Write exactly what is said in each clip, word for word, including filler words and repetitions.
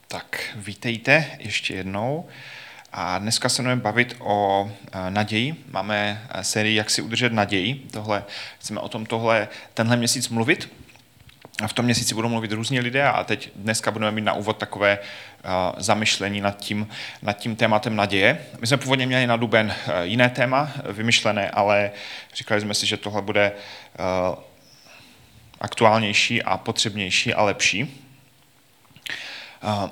Tak vítejte ještě jednou. A dneska se budeme bavit o naději. Máme sérii Jak si udržet naději. Tohle, chceme o tom tohle, tenhle měsíc mluvit. A v tom měsíci budou mluvit různí lidé a teď dneska budeme mít na úvod takové uh, zamyšlení nad tím, nad tím tématem naděje. My jsme původně měli na duben uh, jiné téma vymyšlené, ale říkali jsme si, že tohle bude uh, aktuálnější a potřebnější a lepší. Uh,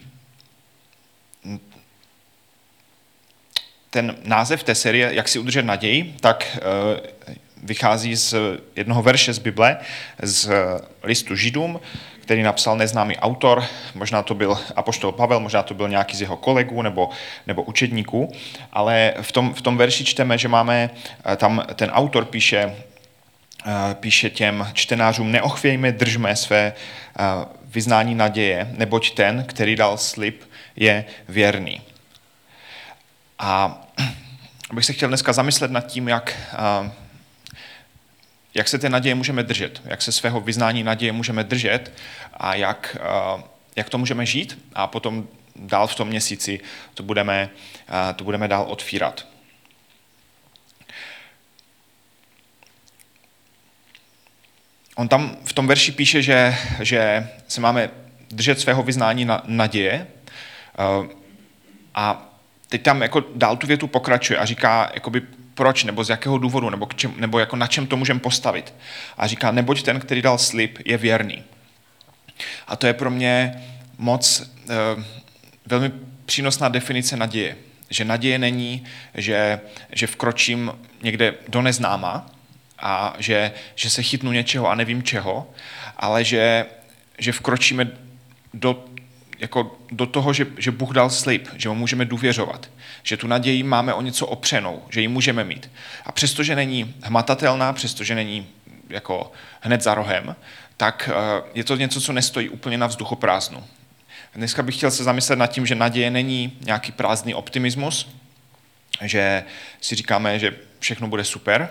ten název té série, Jak si udržet naději, tak uh, vychází z jednoho verše z Bible, z listu Židům, který napsal neznámý autor, možná to byl apoštol Pavel, možná to byl nějaký z jeho kolegů nebo, nebo učedníků, ale v tom, v tom verši čteme, že máme, tam ten autor píše, píše těm čtenářům, neochvějme, držme své vyznání naděje, neboť ten, který dal slib, je věrný. A abych se chtěl dneska zamyslet nad tím, jak jak se té naděje můžeme držet, jak se svého vyznání naděje můžeme držet a jak, jak to můžeme žít a potom dál v tom měsíci to budeme, to budeme dál otvírat. On tam v tom verši píše, že, že se máme držet svého vyznání na, naděje a teď tam jako dál tu větu pokračuje a říká, jakoby proč, nebo z jakého důvodu, nebo, k čem, nebo jako na čem to můžeme postavit. A říká, neboť ten, který dal slib, je věrný. A to je pro mě moc eh, velmi přínosná definice naděje. Že naděje není, že, že vkročím někde do neznáma a že, že se chytnu něčeho a nevím čeho, ale že, že vkročíme do jako do toho, že, že Bůh dal slib, že mu můžeme důvěřovat, že tu naději máme o něco opřenou, že ji můžeme mít. A přestože není hmatatelná, přestože není jako hned za rohem, tak je to něco, co nestojí úplně na vzduchoprázdnu. Dneska bych chtěl se zamyslet nad tím, že naděje není nějaký prázdný optimismus, že si říkáme, že všechno bude super.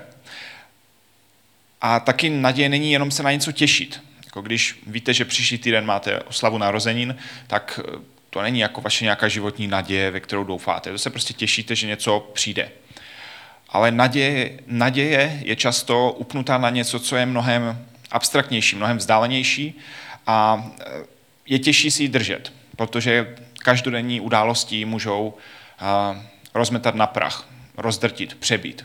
A taky naděje není jenom se na něco těšit. Jako když víte, že příští týden máte oslavu narozenin, tak to není jako vaše nějaká životní naděje, ve kterou doufáte. To se prostě těšíte, že něco přijde. Ale naděje, naděje je často upnutá na něco, co je mnohem abstraktnější, mnohem vzdálenější a je těžší si ji držet, protože každodenní události můžou rozmetat na prach, rozdrtit, přebít.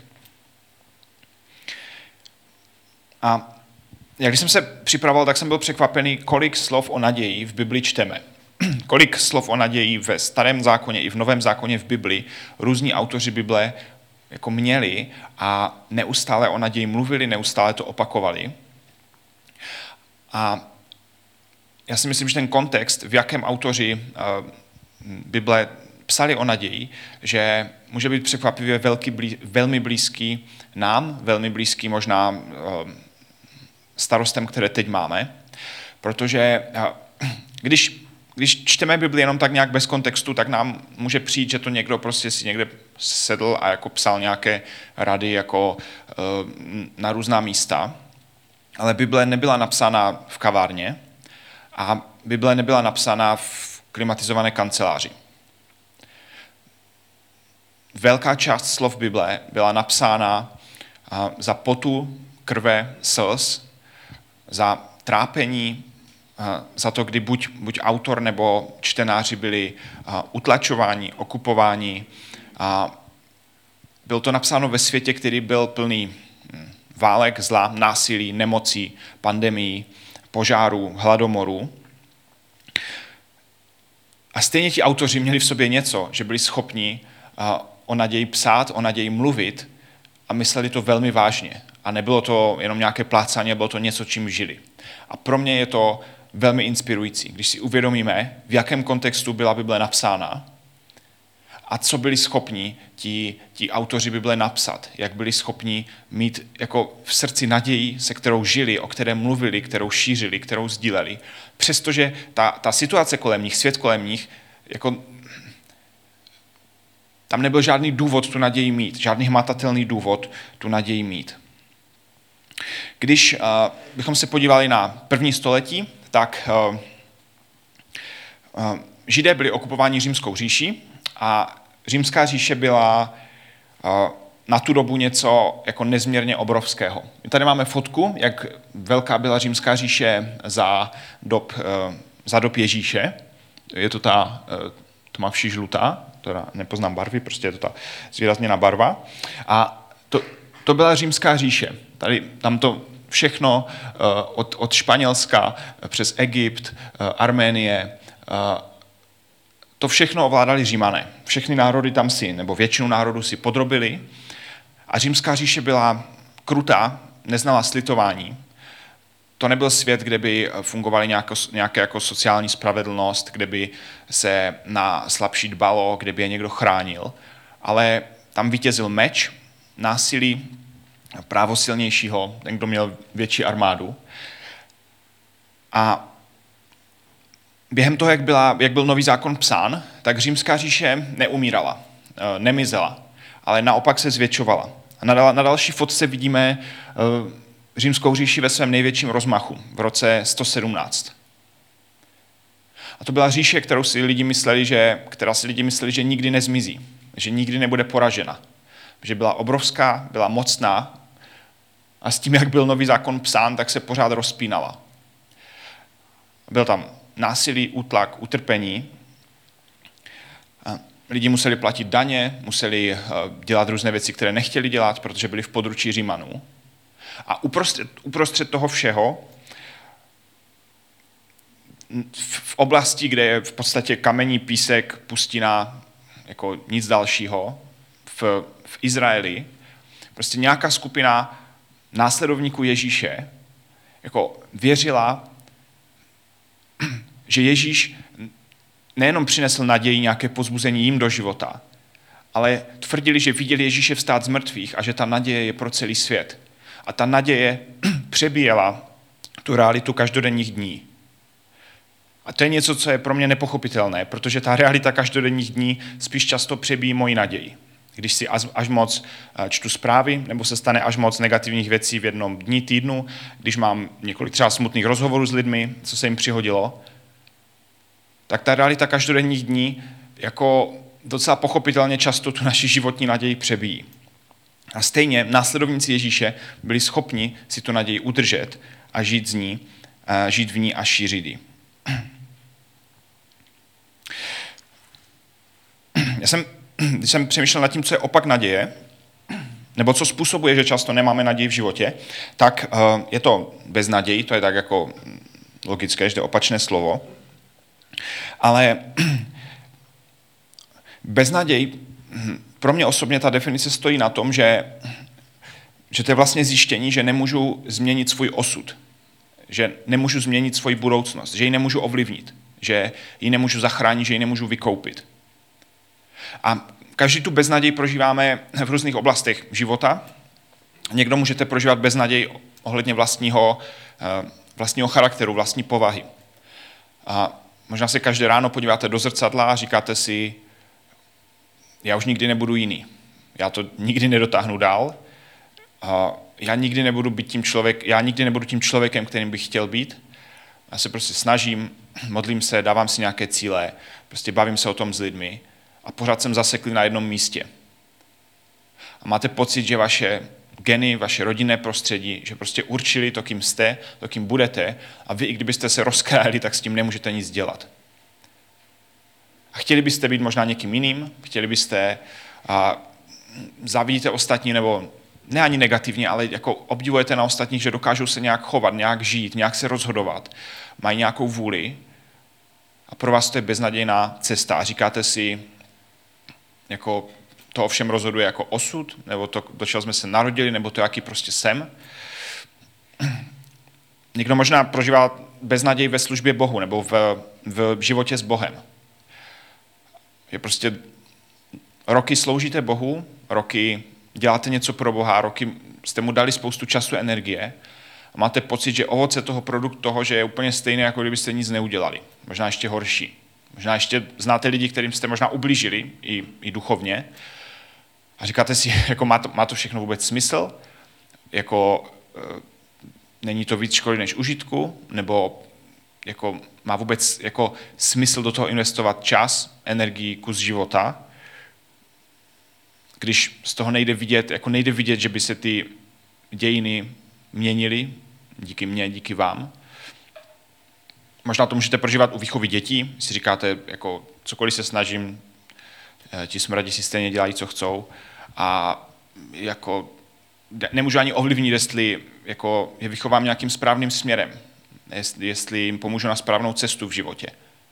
A jak když jsem se připravoval, tak jsem byl překvapený, kolik slov o naději v Bibli čteme. Kolik slov o naději ve Starém zákoně i v Novém zákoně v Bibli různí autoři Bible jako měli a neustále o naději mluvili, neustále to opakovali. A já si myslím, že ten kontext, v jakém autoři Bible psali o naději, že může být překvapivě velký, velmi blízký nám, velmi blízký možná starostem, které teď máme, protože když, když čteme Bibli jenom tak nějak bez kontextu, tak nám může přijít, že to někdo prostě si někde sedl a jako psal nějaké rady jako na různá místa, ale Bible nebyla napsána v kavárně a Bible nebyla napsána v klimatizované kanceláři. Velká část slov Bible byla napsána za potu, krve, slz, za trápení, za to, kdy buď, buď autor nebo čtenáři byli utlačováni, okupováni. Bylo to napsáno ve světě, který byl plný válek, zla, násilí, nemocí, pandemií, požárů, hladomorů. A stejně ti autoři měli v sobě něco, že byli schopni o naději psát, o naději mluvit a mysleli to velmi vážně. A nebylo to jenom nějaké plácání, bylo to něco, čím žili. A pro mě je to velmi inspirující, když si uvědomíme, v jakém kontextu byla Bible napsána a co byli schopni ti, ti autoři Bible napsat, jak byli schopni mít jako v srdci naději, se kterou žili, o které mluvili, kterou šířili, kterou sdíleli. Přestože ta, ta situace kolem nich, svět kolem nich, jako tam nebyl žádný důvod tu naději mít, žádný hmatatelný důvod tu naději mít. Když uh, bychom se podívali na první století, tak uh, Židé byli okupováni římskou říší a římská říše byla na tu dobu něco jako nezměrně obrovského. My tady máme fotku, jak velká byla římská říše za dob, za dob Ježíše. Je to ta tmavší žlutá, teda nepoznám barvy, prostě je to ta zvýrazněná barva. A to, to byla římská říše. Tady, tam to všechno od, od Španělska přes Egypt, Arménie, to všechno ovládali Římané. Všechny národy tam si, nebo většinu národů si podrobili. A římská říše byla krutá, neznala slitování. To nebyl svět, kde by fungovaly nějaké jako sociální spravedlnost, kde by se na slabší dbalo, kde by je někdo chránil. Ale tam vítězil meč, násilí, právo silnějšího, ten, kdo měl větší armádu. A během toho, jak, byla, jak byl nový zákon psán, tak římská říše neumírala, nemizela, ale naopak se zvětšovala. A na, na další fotce vidíme římskou říši ve svém největším rozmachu v roce sto sedmnáct. A to byla říše, kterou si lidi mysleli, že, která si lidi mysleli, že nikdy nezmizí, že nikdy nebude poražena. Že byla obrovská, byla mocná a s tím, jak byl nový zákon psán, tak se pořád rozpínala. Byl tam násilí, útlak, utrpení. Lidi museli platit daně, museli dělat různé věci, které nechtěli dělat, protože byli v područí Římanů. A uprostřed, uprostřed toho všeho, v oblasti, kde je v podstatě kamení, písek, pustina, jako nic dalšího, v, v Izraeli, prostě nějaká skupina následovníků Ježíše jako věřila, že Ježíš nejenom přinesl naději, nějaké pozbuzení jim do života, ale tvrdili, že viděli Ježíše vstát z mrtvých a že ta naděje je pro celý svět. A ta naděje přebíjela tu realitu každodenních dní. A to je něco, co je pro mě nepochopitelné, protože ta realita každodenních dní spíš často přebíjí moji naději. Když si až moc čtu zprávy, nebo se stane až moc negativních věcí v jednom dní, týdnu, když mám několik třeba smutných rozhovorů s lidmi, co se jim přihodilo, tak ta realita každodenních dní jako docela pochopitelně často tu naši životní naději přebíjí. A stejně následovníci Ježíše byli schopni si tu naději udržet a žít z ní, žít v ní a šířit ji. Já jsem, když jsem přemýšlel nad tím, co je opak naděje, nebo co způsobuje, že často nemáme naději v životě, tak je to beznaděj, to je tak jako logické, že to je opačné slovo. Ale beznaděj, pro mě osobně ta definice stojí na tom, že, že to je vlastně zjištění, že nemůžu změnit svůj osud, že nemůžu změnit svoji budoucnost, že ji nemůžu ovlivnit, že ji nemůžu zachránit, že ji nemůžu vykoupit. A každý tu beznaděj prožíváme v různých oblastech života. Někdo můžete prožívat beznaděj ohledně vlastního, vlastního charakteru, vlastní povahy. A možná se každé ráno podíváte do zrcadla a říkáte si, já už nikdy nebudu jiný. Já to nikdy nedotáhnu dál. A já nikdy nebudu být tím člověk, já nikdy nebudu tím člověkem, kterým bych chtěl být. Já se prostě snažím, modlím se, dávám si nějaké cíle, prostě bavím se o tom s lidmi a pořád jsem zaseklý na jednom místě. A máte pocit, že vaše geny, vaše rodinné prostředí, že prostě určili to, kým jste, to, kým budete a vy, i kdybyste se rozkrájeli, tak s tím nemůžete nic dělat. A chtěli byste být možná někým jiným, chtěli byste a závidíte ostatní, nebo ne ani negativně, ale jako obdivujete na ostatních, že dokážou se nějak chovat, nějak žít, nějak se rozhodovat, mají nějakou vůli a pro vás to je beznadějná cesta a říkáte si, jako to ovšem rozhoduje jako osud, nebo to, do čeho jsme se narodili, nebo to, jaký prostě jsem. Někdo možná prožívá beznaděj ve službě Bohu, nebo v, v životě s Bohem. Je prostě roky sloužíte Bohu, roky děláte něco pro Boha, roky jste mu dali spoustu času, energie a máte pocit, že ovoce toho produktu toho, že je úplně stejné, jako kdybyste nic neudělali. Možná ještě horší. Možná ještě znáte lidi, kterým jste možná ublížili i, i duchovně a říkáte si, jako má to, má to všechno vůbec smysl? Jako e, není to víc škody než užitku? Nebo jako, má vůbec jako smysl do toho investovat čas, energii, kus života, když z toho nejde vidět, jako nejde vidět, že by se ty dějiny měnily díky mně, díky vám. Možná to můžete prožívat u výchovy dětí, si říkáte, jako cokoliv se snažím, ti smradi si stejně dělají, co chcou a jako nemůžu ani ovlivnit, jestli jako je vychovám nějakým správným směrem, jestli, jestli jim pomůžu na správnou cestu v životě.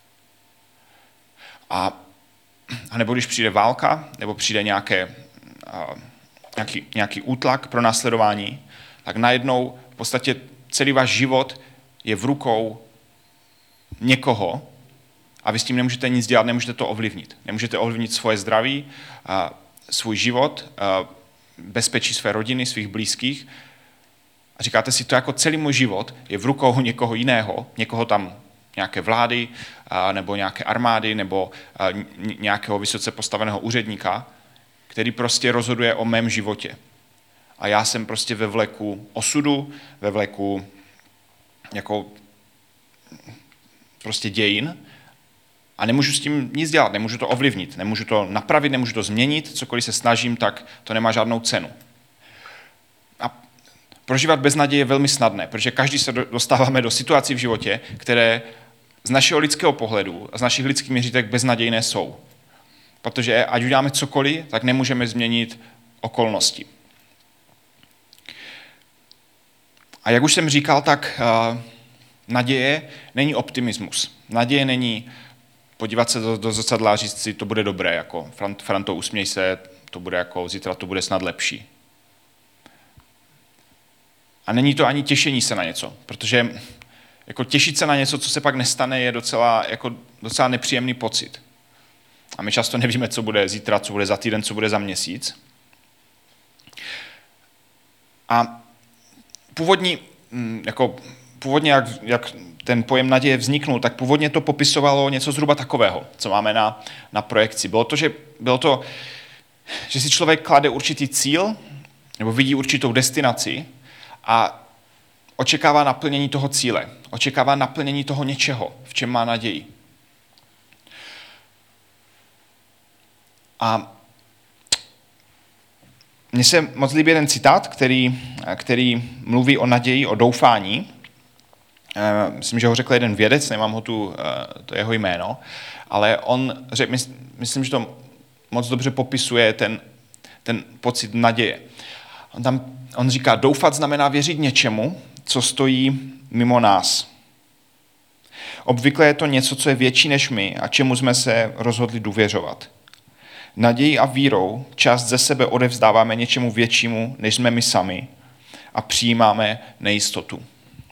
A, a nebo když přijde válka, nebo přijde nějaké, a, nějaký, nějaký útlak pro následování, tak najednou v podstatě celý váš život je v rukou někoho a vy s tím nemůžete nic dělat, nemůžete to ovlivnit. Nemůžete ovlivnit svoje zdraví, a svůj život, a bezpečí své rodiny, svých blízkých. A říkáte si, to jako celý můj život je v rukou někoho jiného, někoho tam, nějaké vlády, a, nebo nějaké armády, nebo a, nějakého vysoce postaveného úředníka, který prostě rozhoduje o mém životě. A já jsem prostě ve vleku osudu, ve vleku jako prostě dějin a nemůžu s tím nic dělat, nemůžu to ovlivnit, nemůžu to napravit, nemůžu to změnit, cokoliv se snažím, tak to nemá žádnou cenu. A prožívat beznaděj je velmi snadné, protože každý se dostáváme do situací v životě, které z našeho lidského pohledu a z našich lidských měřítek beznadějné jsou. Protože ať uděláme cokoliv, tak nemůžeme změnit okolnosti. A jak už jsem říkal, tak uh, naděje není optimismus. Naděje není podívat se do, do zrcadla a říct si, to bude dobré, jako Franto, usměj se, to bude jako, zítra to bude snad lepší. A není to ani těšení se na něco, protože jako těšit se na něco, co se pak nestane, je docela, jako, docela nepříjemný pocit. A my často nevíme, co bude zítra, co bude za týden, co bude za měsíc. A původní, jako, původně, jak, jak ten pojem naděje vzniknul, tak původně to popisovalo něco zhruba takového, co máme na, na projekci. Bylo to, že, bylo to, že si člověk klade určitý cíl, nebo vidí určitou destinaci a očekává naplnění toho cíle. Očekává naplnění toho něčeho, v čem má naději. A mně se moc líbí jeden citát, který, který mluví o naději, o doufání. Myslím, že ho řekl jeden vědec, nemám ho tu, to jeho jméno, ale on řekl, myslím, že to moc dobře popisuje ten, ten pocit naděje. On, tam, on říká, doufat znamená věřit něčemu, co stojí mimo nás. Obvykle je to něco, co je větší než my a čemu jsme se rozhodli důvěřovat. Nadějí a vírou část ze sebe odevzdáváme něčemu většímu, než jsme my sami a přijímáme nejistotu.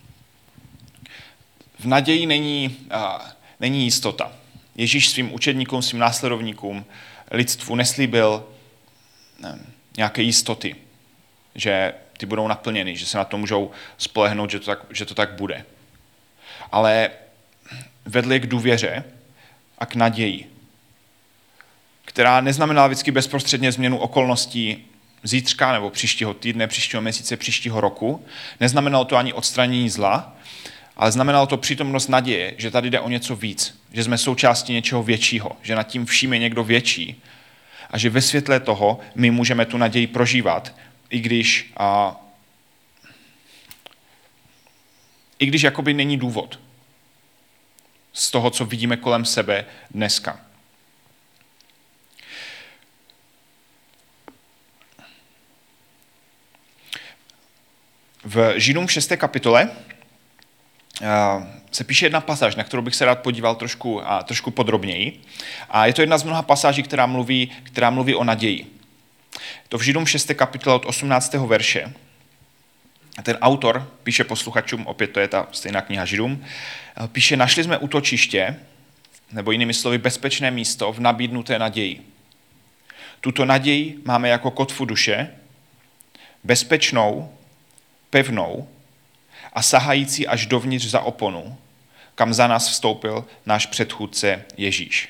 V naději není, uh, není jistota. Ježíš svým učedníkům, svým následovníkům, lidstvu neslíbil ne, nějaké jistoty, že ty budou naplněny, že se na to můžou spolehnout, že to tak, že to tak bude. Ale vedl je k důvěře a k naději, která neznamenala vždycky bezprostředně změnu okolností zítřka nebo příštího týdne, příštího měsíce, příštího roku. Neznamenalo to ani odstranění zla, ale znamenalo to přítomnost naděje, že tady jde o něco víc, že jsme součástí něčeho většího, že nad tím vším je někdo větší a že ve světle toho my můžeme tu naději prožívat, i když, a, i když jakoby není důvod z toho, co vidíme kolem sebe dneska. V Židům v šesté kapitole se píše jedna pasáž, na kterou bych se rád podíval trošku, a, trošku podrobněji. A je to jedna z mnoha pasáží, která mluví, která mluví o naději. To v Židům v šesté kapitole od osmnáctého verše. A ten autor píše posluchačům, opět to je ta stejná kniha Židům, píše, našli jsme útočiště, nebo jinými slovy bezpečné místo v nabídnuté naději. Tuto naději máme jako kotvu duše, bezpečnou, pevnou a sahající až dovnitř za oponu, kam za nás vstoupil náš předchůdce Ježíš.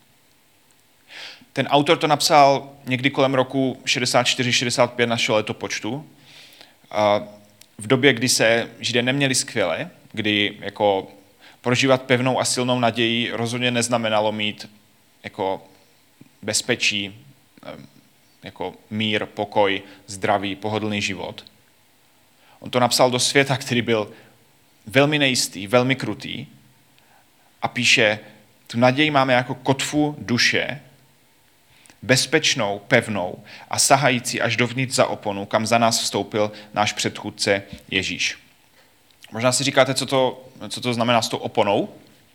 Ten autor to napsal někdy kolem roku šedesát čtyři šedesát pět našeho letopočtu, v době, kdy se Židé neměli skvěle, kdy jako Prožívat pevnou a silnou naději rozhodně neznamenalo mít jako bezpečí, jako mír, pokoj, zdravý, pohodlný život. On to napsal do světa, který byl velmi nejistý, velmi krutý a píše, tu naději máme jako kotvu duše, bezpečnou, pevnou a sahající až dovnitř za oponu, kam za nás vstoupil náš předchůdce Ježíš. Možná si říkáte, co to, co to znamená s tou oponou.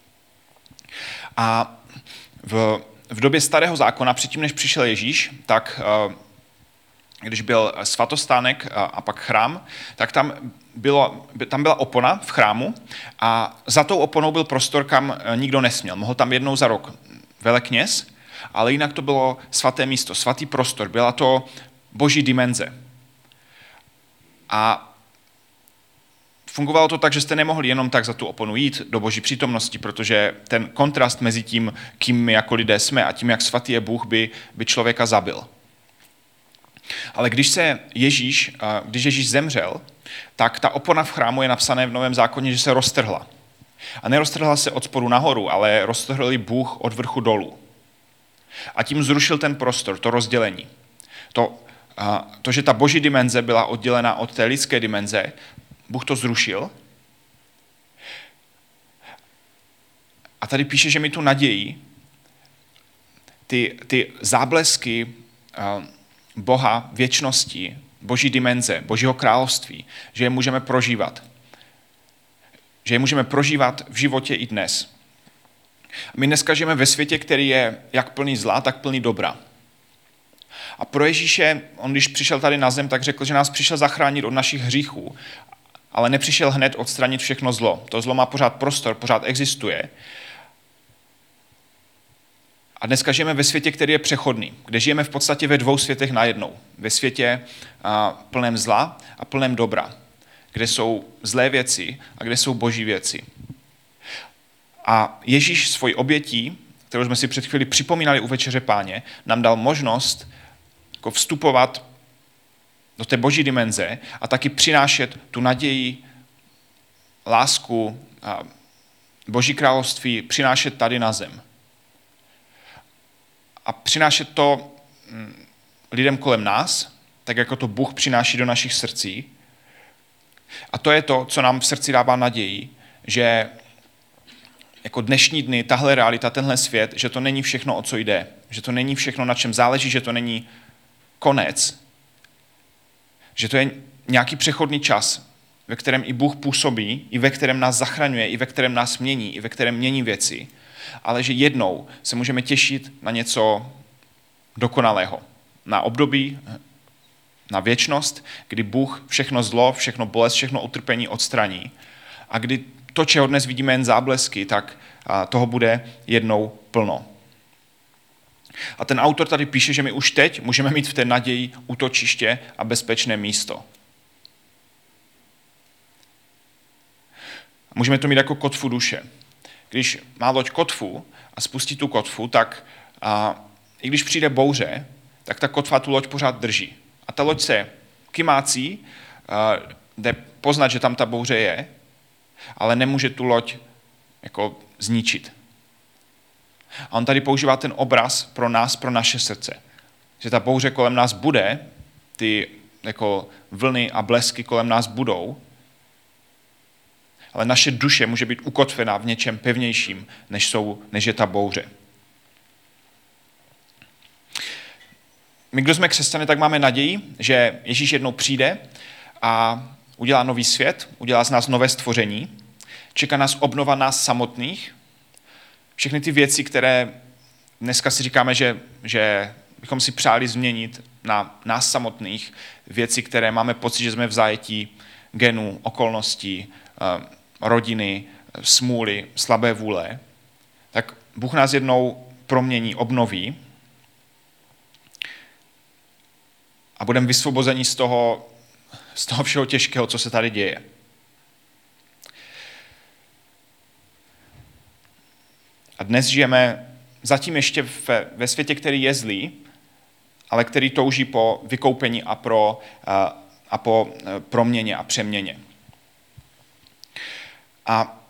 A v, v době starého zákona, předtím než přišel Ježíš, tak když byl svatostánek a pak chrám, tak tam, bylo, tam byla opona v chrámu a za tou oponou byl prostor, kam nikdo nesměl. Mohl tam jednou za rok velekněz, ale jinak to bylo svaté místo, svatý prostor, byla to boží dimenze. A fungovalo to tak, že jste nemohli jenom tak za tu oponu jít do boží přítomnosti, protože ten kontrast mezi tím, kým my jako lidé jsme a tím, jak svatý je Bůh, by, by člověka zabil. Ale když se Ježíš, když Ježíš zemřel, tak ta opona v chrámu je napsané v Novém zákoně, že se roztrhla. A neroztrhla se od spodu nahoru, ale roztrhl ji Bůh od vrchu dolů. A tím zrušil ten prostor, to rozdělení. To, to, že ta boží dimenze byla oddělena od té lidské dimenze, Bůh to zrušil. A tady píše, že mi tu naději, ty, ty záblesky Boha, věčnosti, boží dimenze, božího království, že je můžeme prožívat. Že je můžeme prožívat v životě i dnes. My dneska žijeme ve světě, který je jak plný zla, tak plný dobra. A pro Ježíše, on když přišel tady na zem, tak řekl, že nás přišel zachránit od našich hříchů, ale nepřišel hned odstranit všechno zlo. To zlo má pořád prostor, pořád existuje. A dneska žijeme ve světě, který je přechodný, kde žijeme v podstatě ve dvou světech najednou. Ve světě a, plném zla a plném dobra, kde jsou zlé věci a kde jsou boží věci. A Ježíš svojí obětí, kterou jsme si před chvíli připomínali u Večeře Páně, nám dal možnost jako vstupovat do té boží dimenze a taky přinášet tu naději, lásku, a boží království, přinášet tady na zem. A přinášet to lidem kolem nás, tak jako to Bůh přináší do našich srdcí. A to je to, co nám v srdci dává naději, že jako dnešní dny, tahle realita, tenhle svět, že to není všechno, o co jde. Že to není všechno, na čem záleží, že to není konec. Že to je nějaký přechodný čas, ve kterém i Bůh působí, i ve kterém nás zachraňuje, i ve kterém nás mění, i ve kterém mění věci. Ale že jednou se můžeme těšit na něco dokonalého. Na období, na věčnost, kdy Bůh všechno zlo, všechno bolest, všechno utrpení odstraní. A kdy to, čeho dnes vidíme jen záblesky, tak toho bude jednou plno. A ten autor tady píše, že my už teď můžeme mít v té naději útočiště a bezpečné místo. Můžeme to mít jako kotvu duše. Když má loď kotvu a spustí tu kotvu, tak a, i když přijde bouře, tak ta kotva tu loď pořád drží. A ta loď se kymácí, a, jde poznat, že tam ta bouře je, ale nemůže tu loď jako zničit. A on tady používá ten obraz pro nás, pro naše srdce. Že ta bouře kolem nás bude, ty jako vlny a blesky kolem nás budou, ale naše duše může být ukotvená v něčem pevnějším, než, jsou, než je ta bouře. My, kdo jsme křesťané, tak máme naději, že Ježíš jednou přijde a udělá nový svět, udělá z nás nové stvoření, čeká nás obnova nás samotných, všechny ty věci, které dneska si říkáme, že, že bychom si přáli změnit na nás samotných, věci, které máme pocit, že jsme v zajetí genů, okolností, rodiny, smůly, slabé vůle, tak Bůh nás jednou promění, obnoví a budeme vysvobozeni z toho, z toho všeho těžkého, co se tady děje. A dnes žijeme zatím ještě ve, ve světě, který je zlý, ale který touží po vykoupení a, pro, a, a po proměně a přeměně. A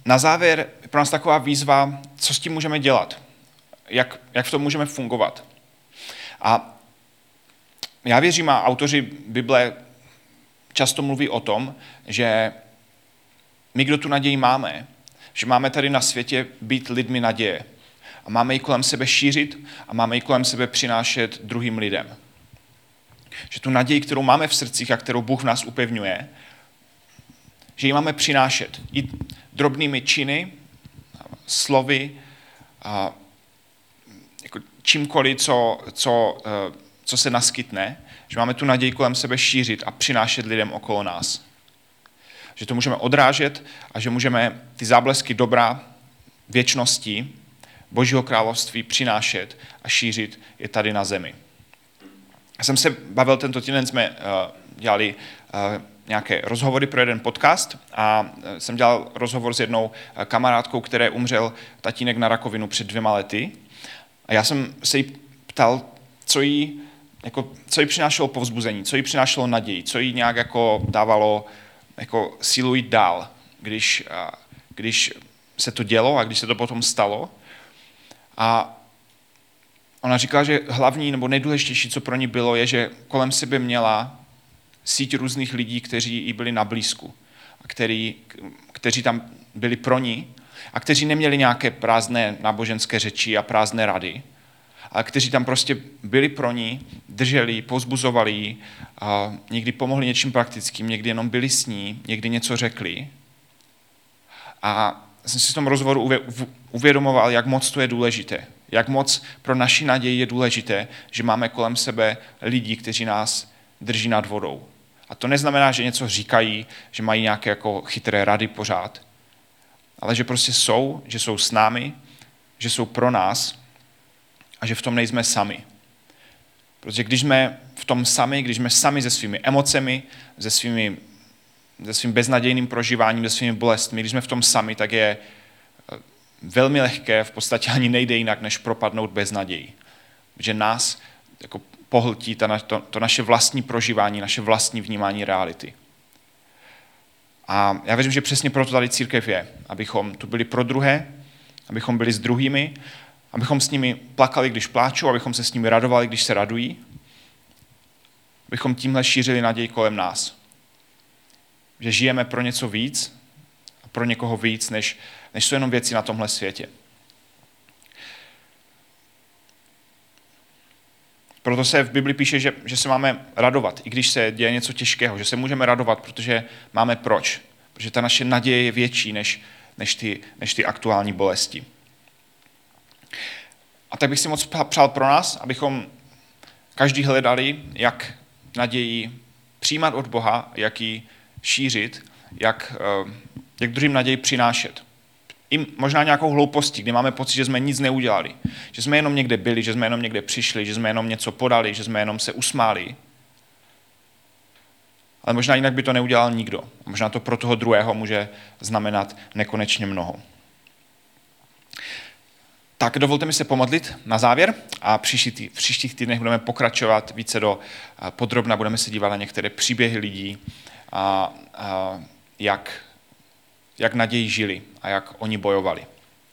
na závěr je pro nás taková výzva, co s tím můžeme dělat, jak, jak v tom můžeme fungovat. A já věřím, a autoři Bible často mluví o tom, že my, kdo tu naději máme, že máme tady na světě být lidmi naděje. A máme ji kolem sebe šířit a máme ji kolem sebe přinášet druhým lidem. Že tu naději, kterou máme v srdcích a kterou Bůh v nás upevňuje, že ji máme přinášet i drobnými činy, slovy, a jako čímkoliv, co, co, co se naskytne, že máme tu naději kolem sebe šířit a přinášet lidem okolo nás. Že to můžeme odrážet a že můžeme ty záblesky dobra, věčnosti, Božího království přinášet a šířit je tady na zemi. Já jsem se bavil, tento týden jsme uh, dělali uh, nějaké rozhovory pro jeden podcast a jsem dělal rozhovor s jednou kamarádkou, které umřel tatínek na rakovinu před dvěma lety. A já jsem se jí ptal, co jí, jako, co jí přinášelo povzbuzení, co jí přinášelo naději, co jí nějak jako dávalo jako sílu jít dál, když, když se to dělo a když se to potom stalo. A ona říkala, že hlavní nebo nejdůležitější, co pro ní bylo, je, že kolem sebe měla síť různých lidí, kteří jí byli na blízku, a který, kteří tam byli pro ní a kteří neměli nějaké prázdné náboženské řeči a prázdné rady, ale kteří tam prostě byli pro ní, drželi, povzbuzovali ji, a někdy pomohli něčím praktickým, někdy jenom byli s ní, někdy něco řekli. A jsem si v tom rozhovoru uvědomoval, jak moc to je důležité. Jak moc pro naši naději je důležité, že máme kolem sebe lidi, kteří nás drží nad vodou. A to neznamená, že něco říkají, že mají nějaké jako chytré rady pořád, ale že prostě jsou, že jsou s námi, že jsou pro nás a že v tom nejsme sami. Protože když jsme v tom sami, když jsme sami se svými emocemi, se, svými, se svým beznadějným prožíváním, se svými bolestmi, když jsme v tom sami, tak je velmi lehké, v podstatě ani nejde jinak, než propadnout bez naději. Protože nás jako pohltí ta, to, to naše vlastní prožívání, naše vlastní vnímání reality. A já věřím, že přesně proto tady církev je, abychom tu byli pro druhé, abychom byli s druhými, abychom s nimi plakali, když pláčou, abychom se s nimi radovali, když se radují, abychom tímhle šířili naději kolem nás. Že žijeme pro něco víc, a pro někoho víc, než, než jsou jenom věci na tomhle světě. Proto se v Bibli píše, že, že se máme radovat, i když se děje něco těžkého, že se můžeme radovat, protože máme proč. Protože ta naše naděje je větší než, než, ty, než ty aktuální bolesti. A tak bych si moc přál pro nás, abychom každý hledali, jak naději přijímat od Boha, jak ji šířit, jak, jak druhým naději přinášet. I možná nějakou hloupostí, kdy máme pocit, že jsme nic neudělali. Že jsme jenom někde byli, že jsme jenom někde přišli, že jsme jenom něco podali, že jsme jenom se usmáli. Ale možná jinak by to neudělal nikdo. Možná to pro toho druhého může znamenat nekonečně mnoho. Tak dovolte mi se pomodlit na závěr a příští tý, v příštích týdnech budeme pokračovat více do podrobna, budeme se dívat na některé příběhy lidí, a, a jak jak naději žili a jak oni bojovali.